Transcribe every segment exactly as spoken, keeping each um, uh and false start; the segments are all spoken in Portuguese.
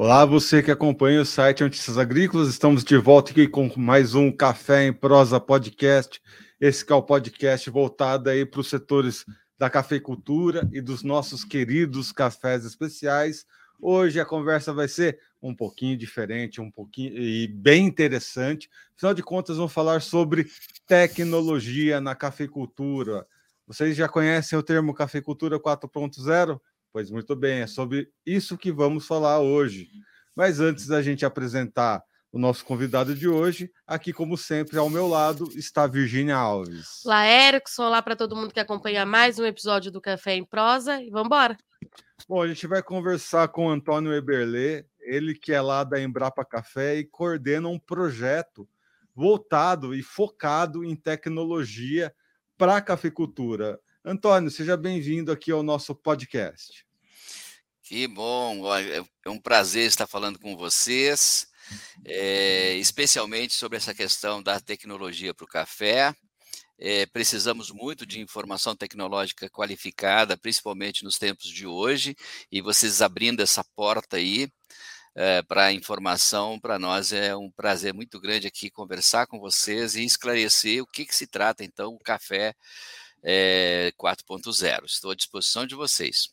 Olá, você que acompanha o site Notícias Agrícolas, estamos de volta aqui com mais um Café em Prosa podcast. Esse que é o podcast voltado aí para os setores da cafeicultura e dos nossos queridos cafés especiais. Hoje a conversa vai ser um pouquinho diferente, um pouquinho e bem interessante. Afinal de contas, vamos falar sobre tecnologia na cafeicultura. Vocês já conhecem o termo cafeicultura quatro ponto zero? Pois muito bem, é sobre isso que vamos falar hoje. Mas antes da gente apresentar o nosso convidado de hoje, aqui, como sempre, ao meu lado está Virgínia Alves. Olá, Erickson. Olá para todo mundo que acompanha mais um episódio do Café em Prosa. E vamos embora. Bom, a gente vai conversar com o Antônio Eberlê, ele que é lá da Embrapa Café e coordena um projeto voltado e focado em tecnologia para a cafeicultura. Antônio, seja bem-vindo aqui ao nosso podcast. Que bom, é um prazer estar falando com vocês, é, especialmente sobre essa questão da tecnologia para o café. É, precisamos muito de informação tecnológica qualificada, principalmente nos tempos de hoje, e vocês abrindo essa porta aí é, para a informação, para nós é um prazer muito grande aqui conversar com vocês e esclarecer o que, que se trata, então, o Café é, quatro ponto zero. Estou à disposição de vocês.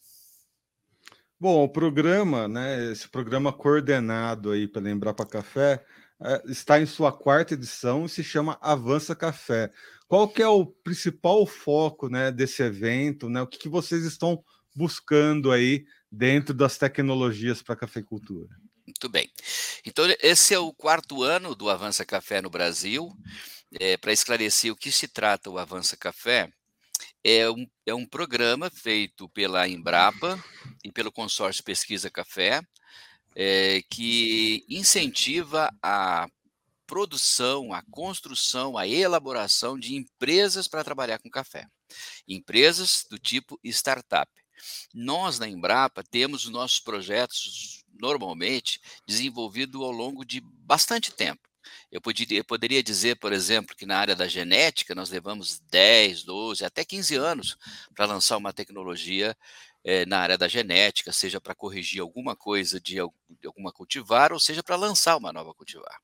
Bom, o programa, né, esse programa coordenado aí pela Embrapa Café, é, está em sua quarta edição e se chama Avança Café. Qual que é o principal foco, né, desse evento, né? O que, que vocês estão buscando aí dentro das tecnologias para a cafeicultura? Muito bem. Então, esse é o quarto ano do Avança Café no Brasil. É, para esclarecer o que se trata o Avança Café, é um, é um programa feito pela Embrapa e pelo Consórcio Pesquisa Café, é, que incentiva a produção, a construção, a elaboração de empresas para trabalhar com café. Empresas do tipo startup. Nós, na Embrapa, temos os nossos projetos, normalmente, desenvolvidos ao longo de bastante tempo. Eu poderia, eu poderia dizer, por exemplo, que na área da genética nós levamos dez, doze, até quinze anos para lançar uma tecnologia eh, na área da genética, seja para corrigir alguma coisa de, de alguma cultivar, ou seja para lançar uma nova cultivar.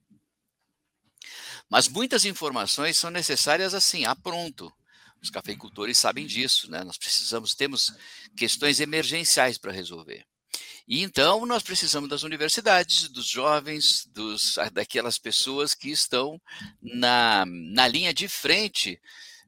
Mas muitas informações são necessárias assim, a pronto. Os cafeicultores sabem disso, né? Nós precisamos, temos questões emergenciais para resolver. E então nós precisamos das universidades, dos jovens, dos, daquelas pessoas que estão na, na linha de frente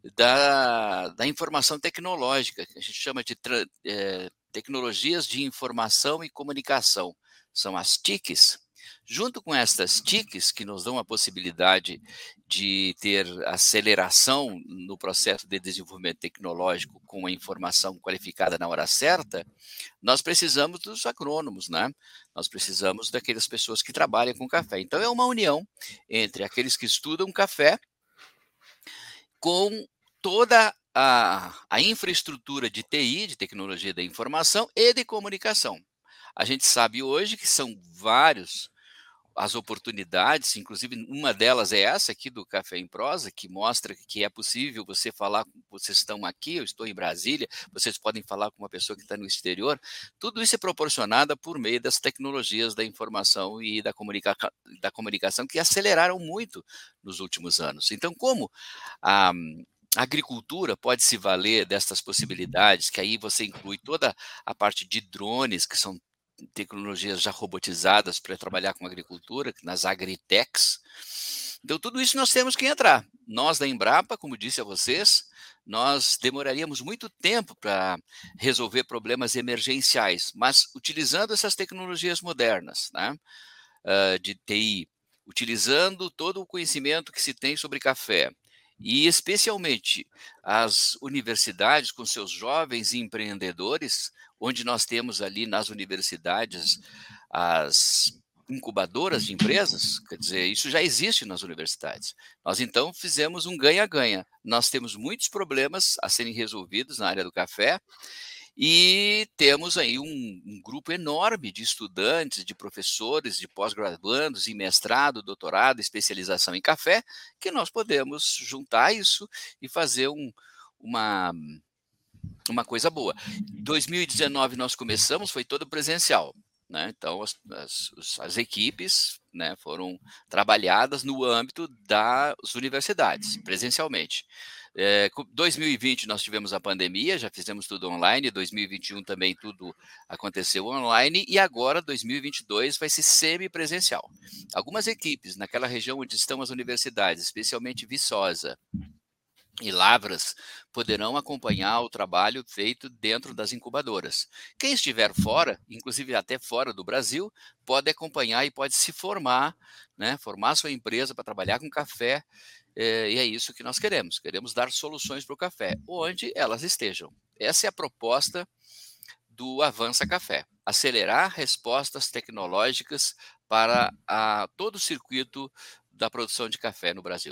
da, da informação tecnológica, que a gente chama de é, tecnologias de informação e comunicação. São as T I Cs. Junto com estas T I Cs, que nos dão a possibilidade de ter aceleração no processo de desenvolvimento tecnológico com a informação qualificada na hora certa, nós precisamos dos agrônomos, né? Nós precisamos daquelas pessoas que trabalham com café. Então, é uma união entre aqueles que estudam café com toda a, a infraestrutura de T I, de tecnologia da informação e de comunicação. A gente sabe hoje que são vários as oportunidades, inclusive uma delas é essa aqui do Café em Prosa, que mostra que é possível você falar, vocês estão aqui, eu estou em Brasília, vocês podem falar com uma pessoa que está no exterior. Tudo isso é proporcionado por meio das tecnologias da informação e da, comunica da comunicação que aceleraram muito nos últimos anos. Então, como a A agricultura pode se valer destas possibilidades, que aí você inclui toda a parte de drones, que são tecnologias já robotizadas para trabalhar com agricultura, nas agritechs. Então, tudo isso nós temos que entrar. Nós da Embrapa, como disse a vocês, nós demoraríamos muito tempo para resolver problemas emergenciais, mas utilizando essas tecnologias modernas, né, de T I, utilizando todo o conhecimento que se tem sobre café, e especialmente as universidades com seus jovens empreendedores, onde nós temos ali nas universidades as incubadoras de empresas, quer dizer, isso já existe nas universidades. Nós então fizemos um ganha-ganha. Nós temos muitos problemas a serem resolvidos na área do café, e temos aí um, um grupo enorme de estudantes, de professores, de pós-graduandos, em mestrado, doutorado, especialização em café, que nós podemos juntar isso e fazer um, uma, uma coisa boa. Em dois mil e dezenove nós começamos, foi todo presencial. né? Então, as, as, os- as equipes, né, foram trabalhadas no âmbito das universidades, presencialmente. É, com- dois mil e vinte nós tivemos a pandemia, já fizemos tudo online, dois mil e vinte e um também tudo aconteceu online, e agora dois mil e vinte e dois vai ser semipresencial. Algumas equipes naquela região onde estão as universidades, especialmente Viçosa e Lavras, poderão acompanhar o trabalho feito dentro das incubadoras. Quem estiver fora, inclusive até fora do Brasil, pode acompanhar e pode se formar, né, formar sua empresa para trabalhar com café, eh, e é isso que nós queremos. Queremos dar soluções para o café, onde elas estejam. Essa é a proposta do Avança Café, acelerar respostas tecnológicas para a, todo o circuito da produção de café no Brasil.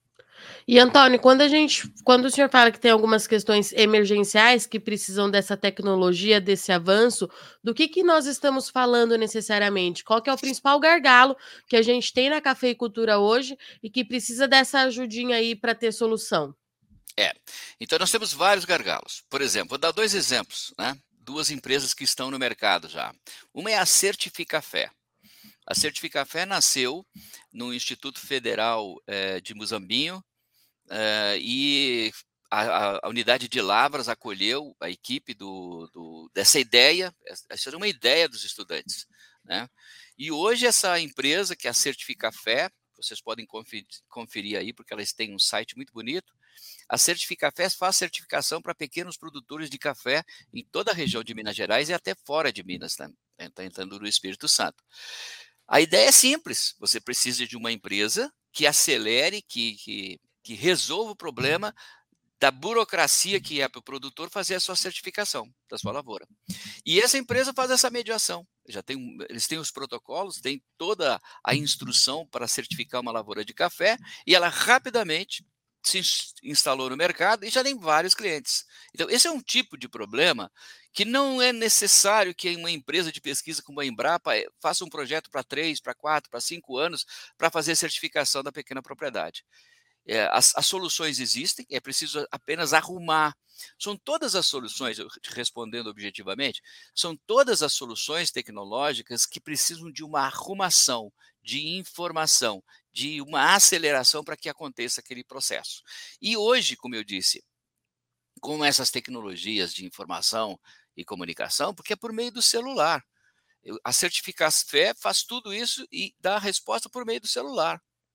E Antônio, quando a gente, quando o senhor fala que tem algumas questões emergenciais que precisam dessa tecnologia, desse avanço, do que que nós estamos falando necessariamente? Qual que é o principal gargalo que a gente tem na cafeicultura hoje e que precisa dessa ajudinha aí para ter solução? É, então nós temos vários gargalos. Por exemplo, vou dar dois exemplos, né? Duas empresas que estão no mercado já. Uma é a Certificafé. A Certificafé nasceu no Instituto Federal eh, de Muzambinho, eh, e a, a- a unidade de Lavras acolheu a equipe do, do- dessa ideia. Essa era uma ideia dos estudantes, né? E hoje essa empresa, que é a Certificafé, vocês podem conferir, conferir aí, porque elas têm um site muito bonito. A Certificafé faz certificação para pequenos produtores de café em toda a região de Minas Gerais e até fora de Minas, tá? Está entrando no Espírito Santo. A ideia é simples: você precisa de uma empresa que acelere, que, que, que resolva o problema da burocracia que é para o produtor fazer a sua certificação da sua lavoura. E essa empresa faz essa mediação. Já tem, um- eles têm os protocolos, têm toda a instrução para certificar uma lavoura de café, e ela rapidamente se ins- instalou no mercado e já tem vários clientes. Então, esse é um tipo de problema que não é necessário que uma empresa de pesquisa como a Embrapa eh, faça um projeto para três, para quatro, para cinco anos para fazer a certificação da pequena propriedade. É, as, as soluções existem, é preciso apenas arrumar. São todas as soluções, eu te respondendo objetivamente, são todas as soluções tecnológicas que precisam de uma arrumação, de informação, de uma aceleração para que aconteça aquele processo. E hoje, como eu disse, com essas tecnologias de informação e comunicação, porque é por meio do celular. Eu- A Certificafé faz tudo isso e dá a resposta por meio do celular.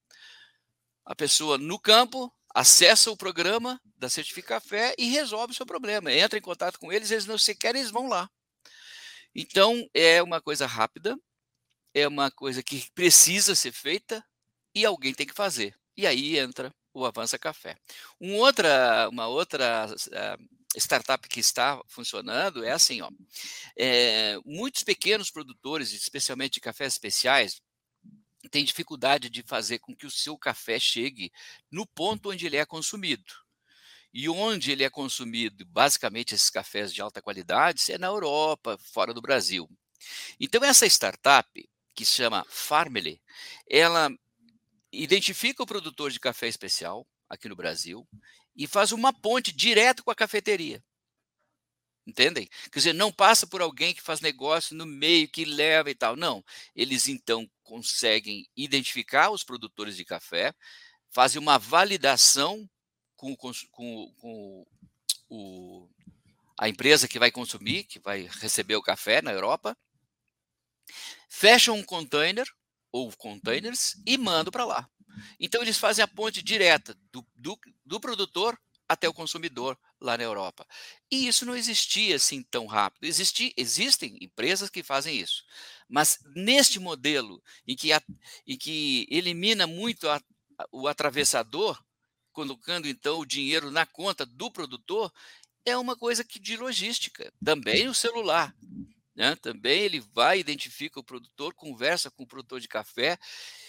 A pessoa no campo acessa o programa da Certificafé e resolve o seu problema. Entra em contato com eles, eles não se querem, eles vão lá. Então, é uma coisa rápida, é uma coisa que precisa ser feita e alguém tem que fazer. E aí entra o Avança Café. Um outra, uma outra uh, startup que está funcionando é assim, ó. É, muitos pequenos produtores, especialmente de cafés especiais, tem dificuldade de fazer com que o seu café chegue no ponto onde ele é consumido. E onde ele é consumido, basicamente esses cafés de alta qualidade, é na Europa, fora do Brasil. Então essa startup, que se chama Farmely, ela identifica o produtor de café especial aqui no Brasil e faz uma ponte direto com a cafeteria. Entendem? Quer dizer, não passa por alguém que faz negócio no meio, que leva e tal. Não. Eles então conseguem identificar os produtores de café, fazem uma validação com, o cons- com, com o- a empresa que vai consumir, que vai receber o café na Europa, fecham um container ou containers e mandam para lá. Então eles fazem a ponte direta do, do, do produtor até o consumidor lá na Europa. E isso não existia assim tão rápido. Existi, existem empresas que fazem isso. Mas neste modelo em que, a, em que elimina muito a, o atravessador, colocando então o dinheiro na conta do produtor, é uma coisa que de logística. Também o celular, né? Também ele vai, identifica o produtor, conversa com o produtor de café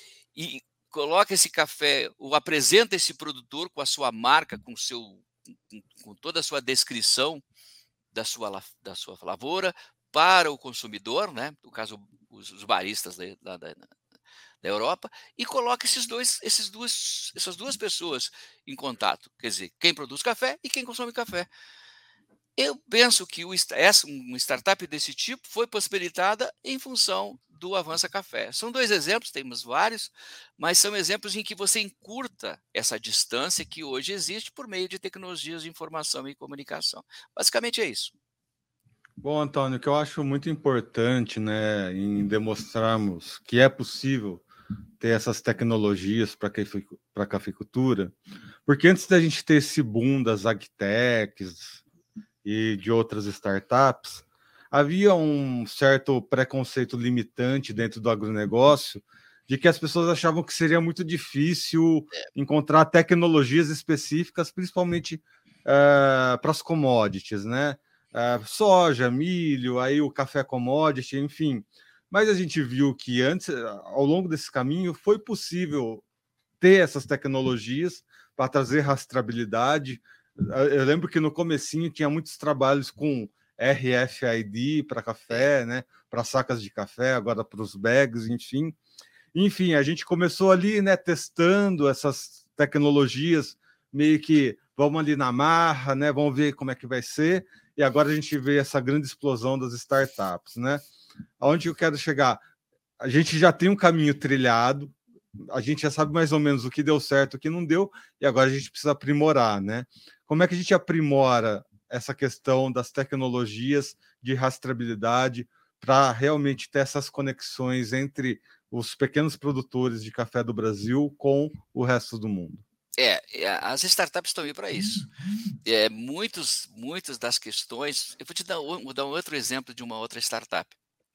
e coloca esse café, ou apresenta esse produtor com a sua marca, com, seu, com, com toda a sua descrição da sua, da sua lavoura para o consumidor, né? No caso, os, os baristas da, da, da Europa, e coloca esses dois, esses duas, essas duas pessoas em contato. Quer dizer, quem produz café e quem consome café. Eu penso que o, essa, uma startup desse tipo foi possibilitada em função do Avança Café. São dois exemplos, temos vários, mas são exemplos em que você encurta essa distância que hoje existe por meio de tecnologias de informação e comunicação. Basicamente é isso. Bom, Antônio, o que eu acho muito importante, né, em demonstrarmos que é possível ter essas tecnologias para a cafeicultura, porque antes da gente ter esse boom das agtechs e de outras startups, havia um certo preconceito limitante dentro do agronegócio de que as pessoas achavam que seria muito difícil encontrar tecnologias específicas, principalmente uh, para as commodities, né? Uh, soja, milho, aí o café commodity, enfim. Mas a gente viu que antes, ao longo desse caminho, foi possível ter essas tecnologias para trazer rastreabilidade. Eu lembro que no comecinho tinha muitos trabalhos com R F I D para café, né? Para sacas de café, agora para os bags, enfim. Enfim, a gente começou ali, né, testando essas tecnologias, meio que vamos ali na marra, né? Vamos ver como é que vai ser. E agora a gente vê essa grande explosão das startups, né? Aonde eu quero chegar? A gente já tem um caminho trilhado, a gente já sabe mais ou menos o que deu certo, o que não deu, e agora a gente precisa aprimorar, né? Como é que a gente aprimora essa questão das tecnologias de rastreabilidade para realmente ter essas conexões entre os pequenos produtores de café do Brasil com o resto do mundo? É, as startups estão aí para isso. É, muitos, muitas das questões... Eu vou te dar, vou dar um outro exemplo de uma outra startup.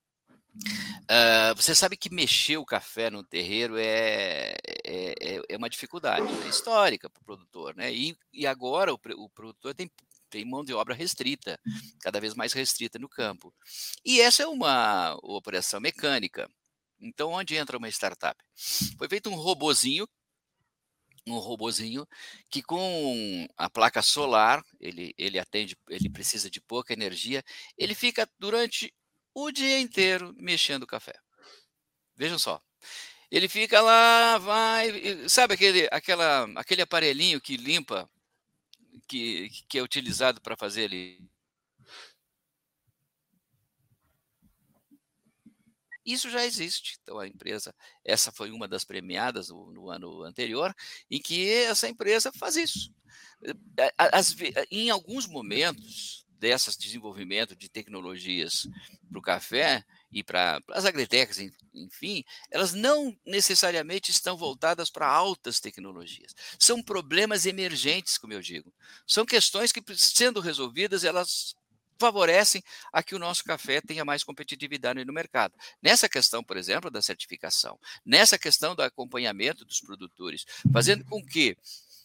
Uh, você sabe que mexer o café no terreiro é, é, é uma dificuldade, né, histórica para o produtor, né? E, e agora o, o produtor tem, tem mão de obra restrita, cada vez mais restrita no campo. E essa é uma operação mecânica. Então, onde entra uma startup? Foi feito um robozinho, um robozinho que com a placa solar, ele, ele atende, ele precisa de pouca energia, ele fica durante o dia inteiro mexendo o café. Vejam só. Ele fica lá, vai, sabe aquele, aquela, aquele aparelhinho que limpa, que, que é utilizado para fazer ali. Isso já existe. Então, a empresa, essa foi uma das premiadas no, no ano anterior, em que essa empresa faz isso. As, em alguns momentos desses desenvolvimento de tecnologias para o café e para as agritechs, enfim, elas não necessariamente estão voltadas para altas tecnologias. São problemas emergentes, como eu digo. São questões que, sendo resolvidas, elas favorecem a que o nosso café tenha mais competitividade no mercado. Nessa questão, por exemplo, da certificação, nessa questão do acompanhamento dos produtores, fazendo com que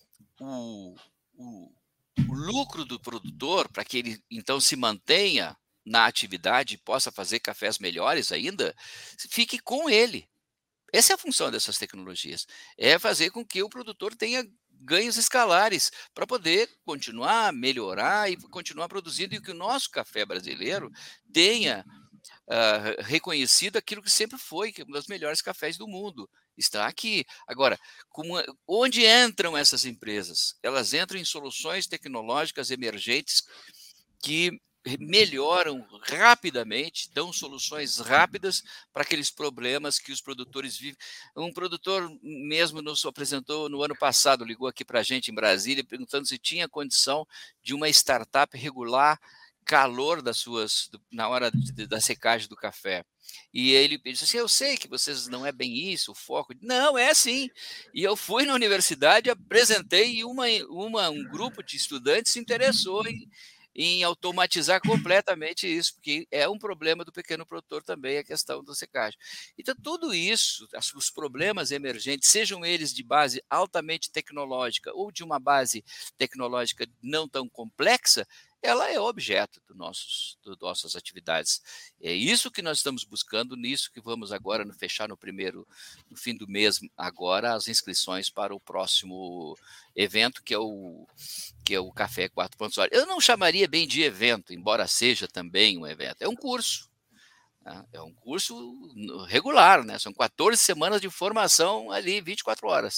o, o, o lucro do produtor, para que ele então se mantenha na atividade e possa fazer cafés melhores ainda, fique com ele. Essa é a função dessas tecnologias, é fazer com que o produtor tenha ganhos escalares para poder continuar, melhorar e continuar produzindo, e que o nosso café brasileiro tenha uh, reconhecido aquilo que sempre foi, que é um dos melhores cafés do mundo. Está aqui. Agora, como, onde entram essas empresas? Elas entram em soluções tecnológicas emergentes que melhoram rapidamente, dão soluções rápidas para aqueles problemas que os produtores vivem. Um produtor mesmo nos apresentou no ano passado, ligou aqui para a gente em Brasília, perguntando se tinha condição de uma startup regular calor das suas, na hora de, da secagem do café. E ele disse assim, eu sei que vocês não é bem isso, o foco. Não, é sim. E eu fui na universidade, apresentei e uma, uma, um grupo de estudantes se interessou em, em automatizar completamente isso, porque é um problema do pequeno produtor também, a questão da secagem. Então, tudo isso, os problemas emergentes, sejam eles de base altamente tecnológica ou de uma base tecnológica não tão complexa, ela é objeto do nossos, do nossas atividades. É isso que nós estamos buscando, nisso que vamos agora no, fechar no primeiro, no fim do mês, agora, as inscrições para o próximo evento, que é o, que é o Café quatro ponto zero. Eu não chamaria bem de evento, embora seja também um evento, é um curso. Né? É um curso regular, né? São quatorze semanas de formação ali, vinte e quatro horas.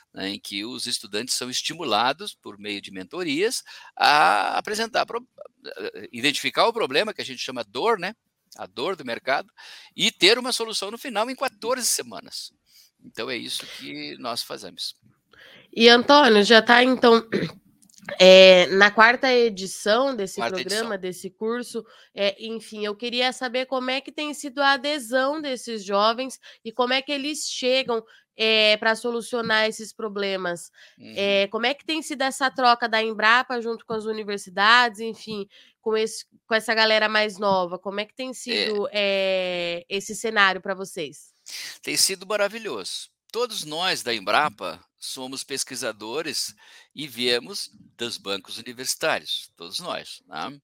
né, em que os estudantes são estimulados, por meio de mentorias, a apresentar, identificar o problema, que a gente chama dor, né, a dor do mercado, e ter uma solução no final em quatorze semanas. Então é isso que nós fazemos. E Antônio, já está então é, na quarta edição desse Quarta programa, edição. desse curso, é, enfim, eu queria saber como é que tem sido a adesão desses jovens e como é que eles chegam é, para solucionar esses problemas. Uhum. É, como é que tem sido essa troca da Embrapa junto com as universidades, enfim, com, esse, com essa galera mais nova? Como é que tem sido é. É, esse cenário para vocês? Tem sido maravilhoso. Todos nós da Embrapa somos pesquisadores e viemos dos bancos universitários, todos nós, né?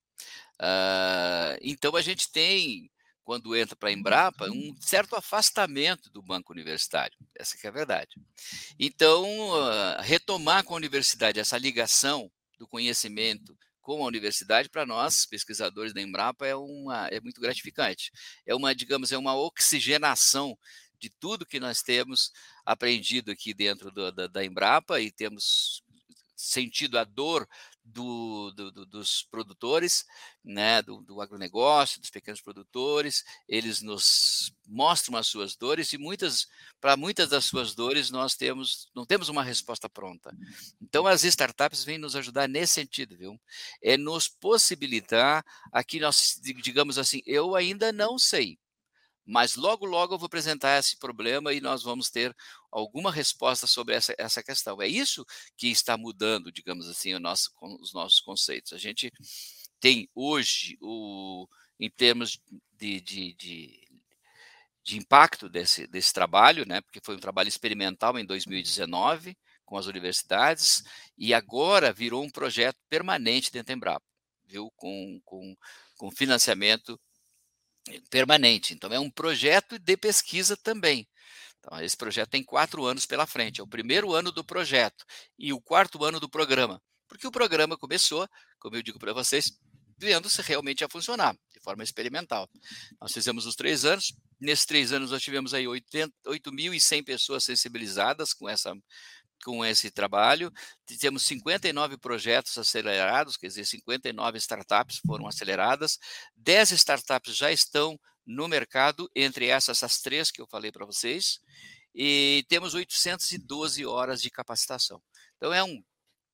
Ah, então a gente tem, quando entra para a Embrapa, um certo afastamento do banco universitário, essa que é a verdade. Então, uh, retomar com a universidade essa ligação do conhecimento com a universidade, para nós, pesquisadores da Embrapa, é, uma, é muito gratificante. É uma, digamos, é uma oxigenação de tudo que nós temos aprendido aqui dentro do, da, da Embrapa e temos sentido a dor do, do, do, dos produtores, né, do, do agronegócio, dos pequenos produtores. Eles nos mostram as suas dores e muitas, para muitas das suas dores nós temos, não temos uma resposta pronta. Então as startups vêm nos ajudar nesse sentido, viu? É nos possibilitar, aqui nós digamos assim, eu ainda não sei, mas logo, logo eu vou apresentar esse problema e nós vamos ter alguma resposta sobre essa, essa questão. É isso que está mudando, digamos assim, o nosso, os nossos conceitos. A gente tem hoje, o, em termos de, de, de, de impacto desse, desse trabalho, né, porque foi um trabalho experimental em dois mil e dezenove com as universidades, e agora virou um projeto permanente dentro da Embrapa, viu, com, com, com financiamento permanente. Então, é um projeto de pesquisa também. Então, esse projeto tem quatro anos pela frente. É o primeiro ano do projeto e o quarto ano do programa. Porque o programa começou, como eu digo para vocês, vendo-se realmente a funcionar, de forma experimental. Nós fizemos os três anos. Nesses três anos, nós tivemos aí oito mil e cem pessoas sensibilizadas com essa com esse trabalho. Temos cinquenta e nove projetos acelerados, quer dizer, cinquenta e nove startups foram aceleradas, dez startups já estão no mercado, entre essas as três que eu falei para vocês, e temos oitocentas e doze horas de capacitação. Então é um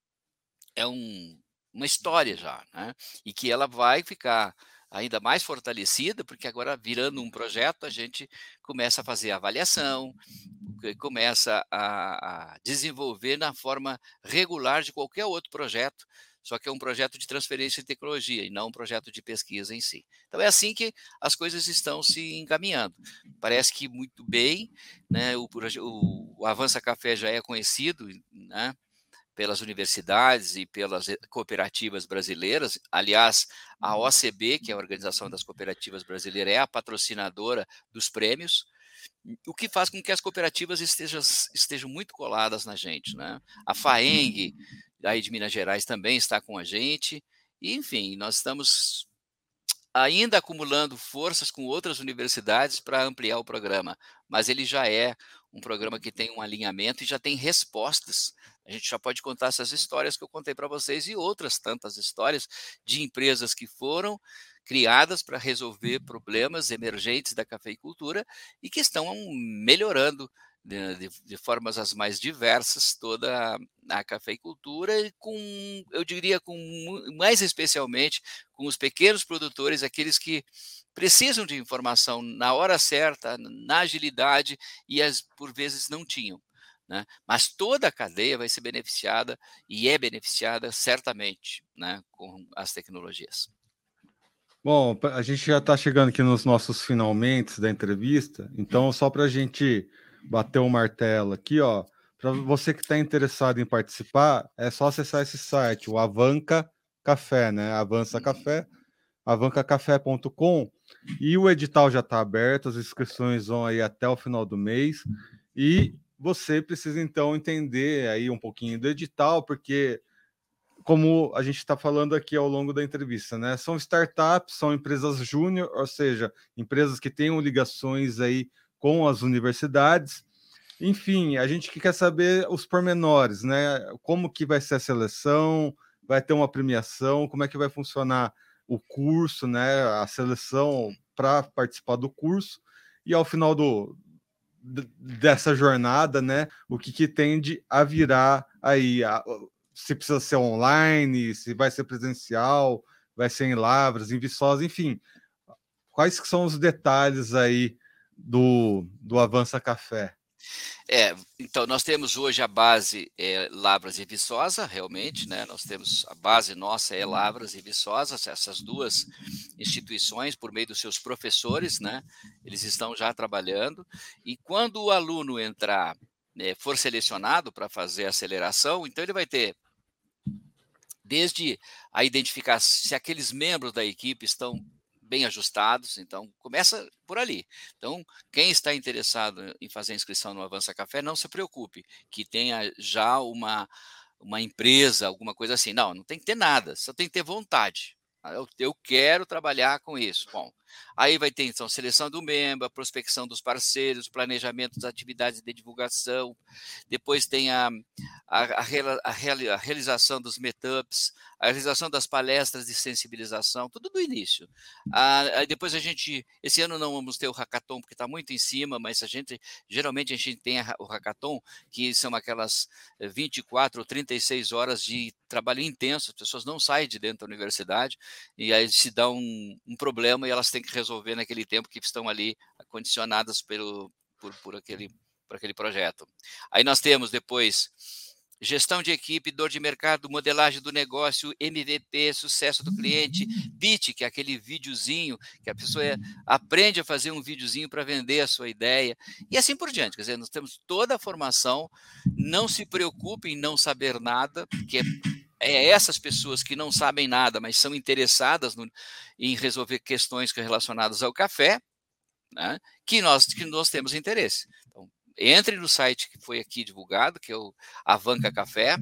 é um, uma história já, né? E que ela vai ficar ainda mais fortalecida, porque agora, virando um projeto, a gente começa a fazer a avaliação, começa a, a desenvolver na forma regular de qualquer outro projeto, só que é um projeto de transferência de tecnologia e não um projeto de pesquisa em si. Então é assim que as coisas estão se encaminhando. Parece que muito bem, né? O, o, o Avança Café já é conhecido, né, pelas universidades e pelas cooperativas brasileiras. Aliás, a O C B, que é a Organização das Cooperativas Brasileiras, é a patrocinadora dos prêmios, o que faz com que as cooperativas estejam, estejam muito coladas na gente, né? A FAENG, aí de Minas Gerais, também está com a gente. E, enfim, nós estamos ainda acumulando forças com outras universidades para ampliar o programa, mas ele já é um programa que tem um alinhamento e já tem respostas. A gente já pode contar essas histórias que eu contei para vocês e outras tantas histórias de empresas que foram criadas para resolver problemas emergentes da cafeicultura e que estão melhorando de, de, de formas as mais diversas toda a, a cafeicultura e com, eu diria, com mais especialmente com os pequenos produtores, aqueles que precisam de informação na hora certa, na agilidade e as, por vezes não tinham, né? Mas toda a cadeia vai ser beneficiada e é beneficiada certamente, né, com as tecnologias. Bom, a gente já está chegando aqui nos nossos finalmente da entrevista, então só para a gente bater o martelo aqui, ó, para você que está interessado em participar, é só acessar esse site, o Avanca Café, né? Avança Café, avanca café ponto com, e o edital já está aberto, as inscrições vão aí até o final do mês, e você precisa então entender aí um pouquinho do edital, porque como a gente está falando aqui ao longo da entrevista, né? São startups, são empresas júnior, ou seja, empresas que tenham ligações aí com as universidades, Enfim, a gente quer saber os pormenores, né? Como que vai ser a seleção, vai ter uma premiação, como é que vai funcionar o curso, né? A seleção para participar do curso, e ao final do, dessa jornada, né? O que, que tende a virar aí, a, se precisa ser online, se vai ser presencial, vai ser em Lavras, em Viçosa, enfim. Quais que são os detalhes aí do, do Avança Café? É, então nós temos hoje a base é, Lavras e Viçosa, realmente, né? Nós temos a base nossa é Lavras e Viçosa, essas duas instituições, por meio dos seus professores, né? Eles estão já trabalhando, e quando o aluno entrar, né, for selecionado para fazer a aceleração, então ele vai ter desde a identificar se aqueles membros da equipe estão bem ajustados, então começa por ali. Então, quem está interessado em fazer a inscrição no Avança Café, não se preocupe, que tenha já uma, uma empresa, alguma coisa assim. Não, não tem que ter nada, só tem que ter vontade. Eu, eu quero trabalhar com isso. Bom, aí vai ter, então, seleção do membro, a prospecção dos parceiros, planejamento das atividades de divulgação, depois tem a, a, a, a, a realização dos meetups, a realização das palestras de sensibilização, tudo do início. Ah, depois a gente, esse ano não vamos ter o hackathon, porque está muito em cima, mas a gente, geralmente a gente tem a, o hackathon, que são aquelas vinte e quatro ou trinta e seis horas de trabalho intenso, as pessoas não saem de dentro da universidade, e aí se dá um, um problema e elas têm que resolver naquele tempo que estão ali condicionadas pelo, por, por, aquele, por aquele projeto. Aí nós temos depois gestão de equipe, dor de mercado, modelagem do negócio, M V P, sucesso do cliente, pitch, que é aquele videozinho que a pessoa aprende a fazer um videozinho para vender a sua ideia, e assim por diante. Quer dizer, nós temos toda a formação, não se preocupe em não saber nada, porque é É essas pessoas que não sabem nada, mas são interessadas no, em resolver questões relacionadas ao café, né, que, nós, que nós temos interesse. Então, entre no site que foi aqui divulgado, que é o Avanca Café,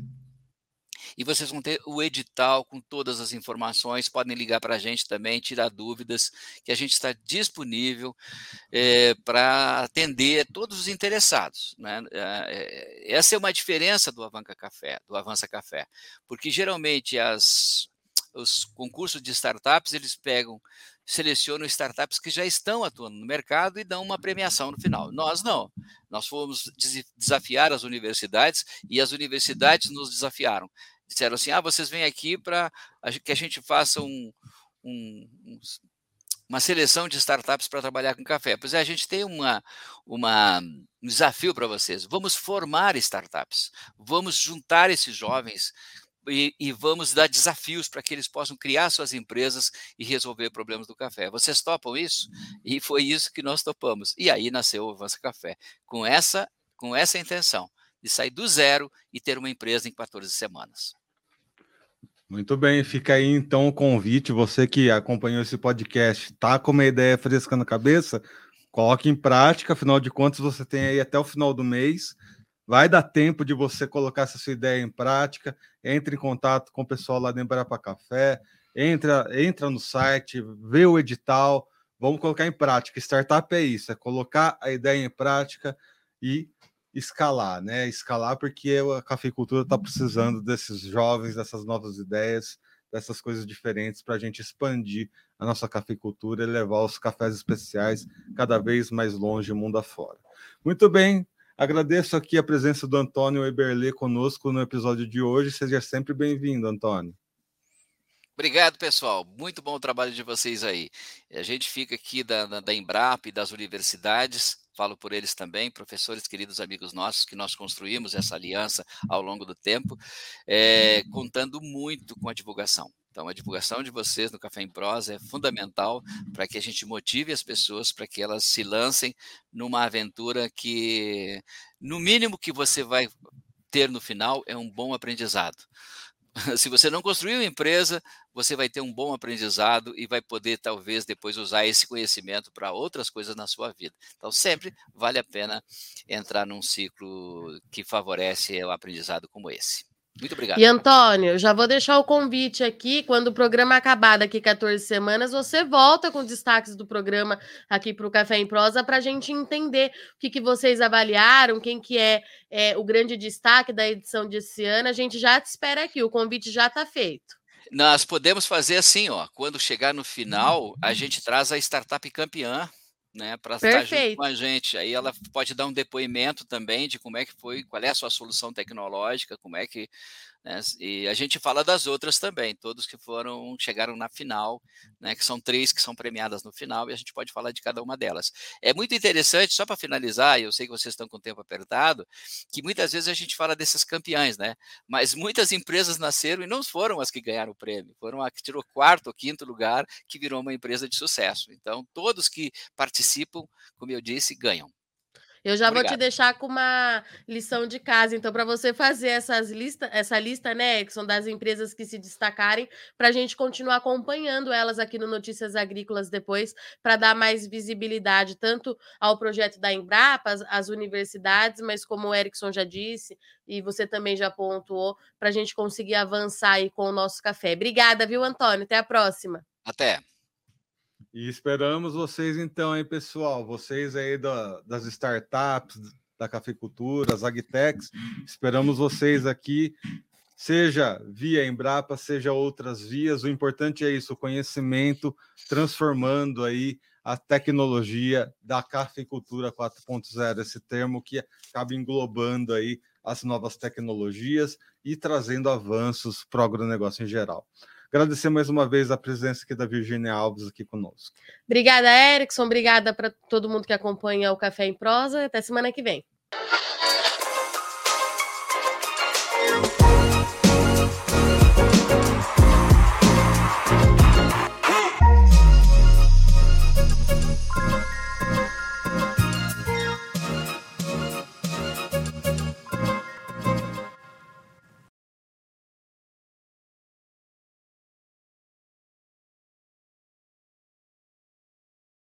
e vocês vão ter o edital com todas as informações, podem ligar para a gente também, tirar dúvidas, que a gente está disponível é, para atender todos os interessados, né? É, essa é uma diferença do Avanca Café, do Avança Café, porque geralmente as, os concursos de startups, eles pegam, selecionam startups que já estão atuando no mercado e dão uma premiação no final. Nós não, nós fomos desafiar as universidades e as universidades nos desafiaram. Disseram assim, ah, vocês vêm aqui para que a gente faça um, um, um, uma seleção de startups para trabalhar com café. Pois é, a gente tem uma, uma, um desafio para vocês. Vamos formar startups, vamos juntar esses jovens e, e vamos dar desafios para que eles possam criar suas empresas e resolver problemas do café. Vocês topam isso? E foi isso que nós topamos. E aí nasceu o Avança Café, com essa, com essa intenção de sair do zero e ter uma empresa em quatorze semanas. Muito bem, fica aí então o convite, você que acompanhou esse podcast, tá com uma ideia fresca na cabeça, coloque em prática, afinal de contas você tem aí até o final do mês, vai dar tempo de você colocar essa sua ideia em prática, entre em contato com o pessoal lá do Embrapa Café, entra, entra no site, vê o edital, vamos colocar em prática. Startup é isso, é colocar a ideia em prática e escalar, né? Escalar porque a cafeicultura está precisando desses jovens, dessas novas ideias, dessas coisas diferentes para a gente expandir a nossa cafeicultura e levar os cafés especiais cada vez mais longe, mundo afora. Muito bem, agradeço aqui a presença do Antônio Eberle conosco no episódio de hoje. Seja sempre bem-vindo, Antônio. Obrigado, pessoal. Muito bom o trabalho de vocês aí. A gente fica aqui da, da, da Embrapa e das universidades, falo por eles também, professores, queridos amigos nossos, que nós construímos essa aliança ao longo do tempo, é, contando muito com a divulgação. Então, a divulgação de vocês no Café em Prosa é fundamental para que a gente motive as pessoas para que elas se lancem numa aventura que, no mínimo que você vai ter no final, é um bom aprendizado. Se você não construir uma empresa, você vai ter um bom aprendizado e vai poder, talvez, depois usar esse conhecimento para outras coisas na sua vida. Então, sempre vale a pena entrar num ciclo que favorece o aprendizado como esse. Muito obrigado. E, Antônio, já vou deixar o convite aqui. Quando o programa acabar daqui quatorze semanas, você volta com destaques do programa aqui para o Café em Prosa para a gente entender o que, que vocês avaliaram, quem que é, é o grande destaque da edição desse ano. A gente já te espera aqui, o convite já está feito. Nós podemos fazer assim, ó, quando chegar no final, a gente traz a startup campeã, né, para estar junto com a gente. Aí ela pode dar um depoimento também de como é que foi, qual é a sua solução tecnológica, como é que, né, e a gente fala das outras também, todos que foram, chegaram na final, né, que são três que são premiadas no final, e a gente pode falar de cada uma delas. É muito interessante, só para finalizar, e eu sei que vocês estão com o tempo apertado, que muitas vezes a gente fala desses campeões, né, mas muitas empresas nasceram e não foram as que ganharam o prêmio, foram a que tirou quarto ou quinto lugar, que virou uma empresa de sucesso. Então, todos que participam, como eu disse, ganham. Eu já Obrigado. vou te deixar com uma lição de casa, então, para você fazer essas lista, essa lista, né, Erickson, das empresas que se destacarem, para a gente continuar acompanhando elas aqui no Notícias Agrícolas depois, para dar mais visibilidade tanto ao projeto da Embrapa, às, às universidades, mas como o Erickson já disse, e você também já pontuou, para a gente conseguir avançar aí com o nosso café. Obrigada, viu, Antônio? Até a próxima. Até. E esperamos vocês então, hein, pessoal? Vocês aí da, das startups, da cafeicultura, as agtechs, esperamos vocês aqui, seja via Embrapa, seja outras vias. O importante é isso, o conhecimento transformando aí a tecnologia da cafeicultura quatro ponto zero, esse termo que acaba englobando aí as novas tecnologias e trazendo avanços para o agronegócio em geral. Agradecer mais uma vez a presença aqui da Virgínia Alves aqui conosco. Obrigada, Erickson. Obrigada para todo mundo que acompanha o Café em Prosa. Até semana que vem.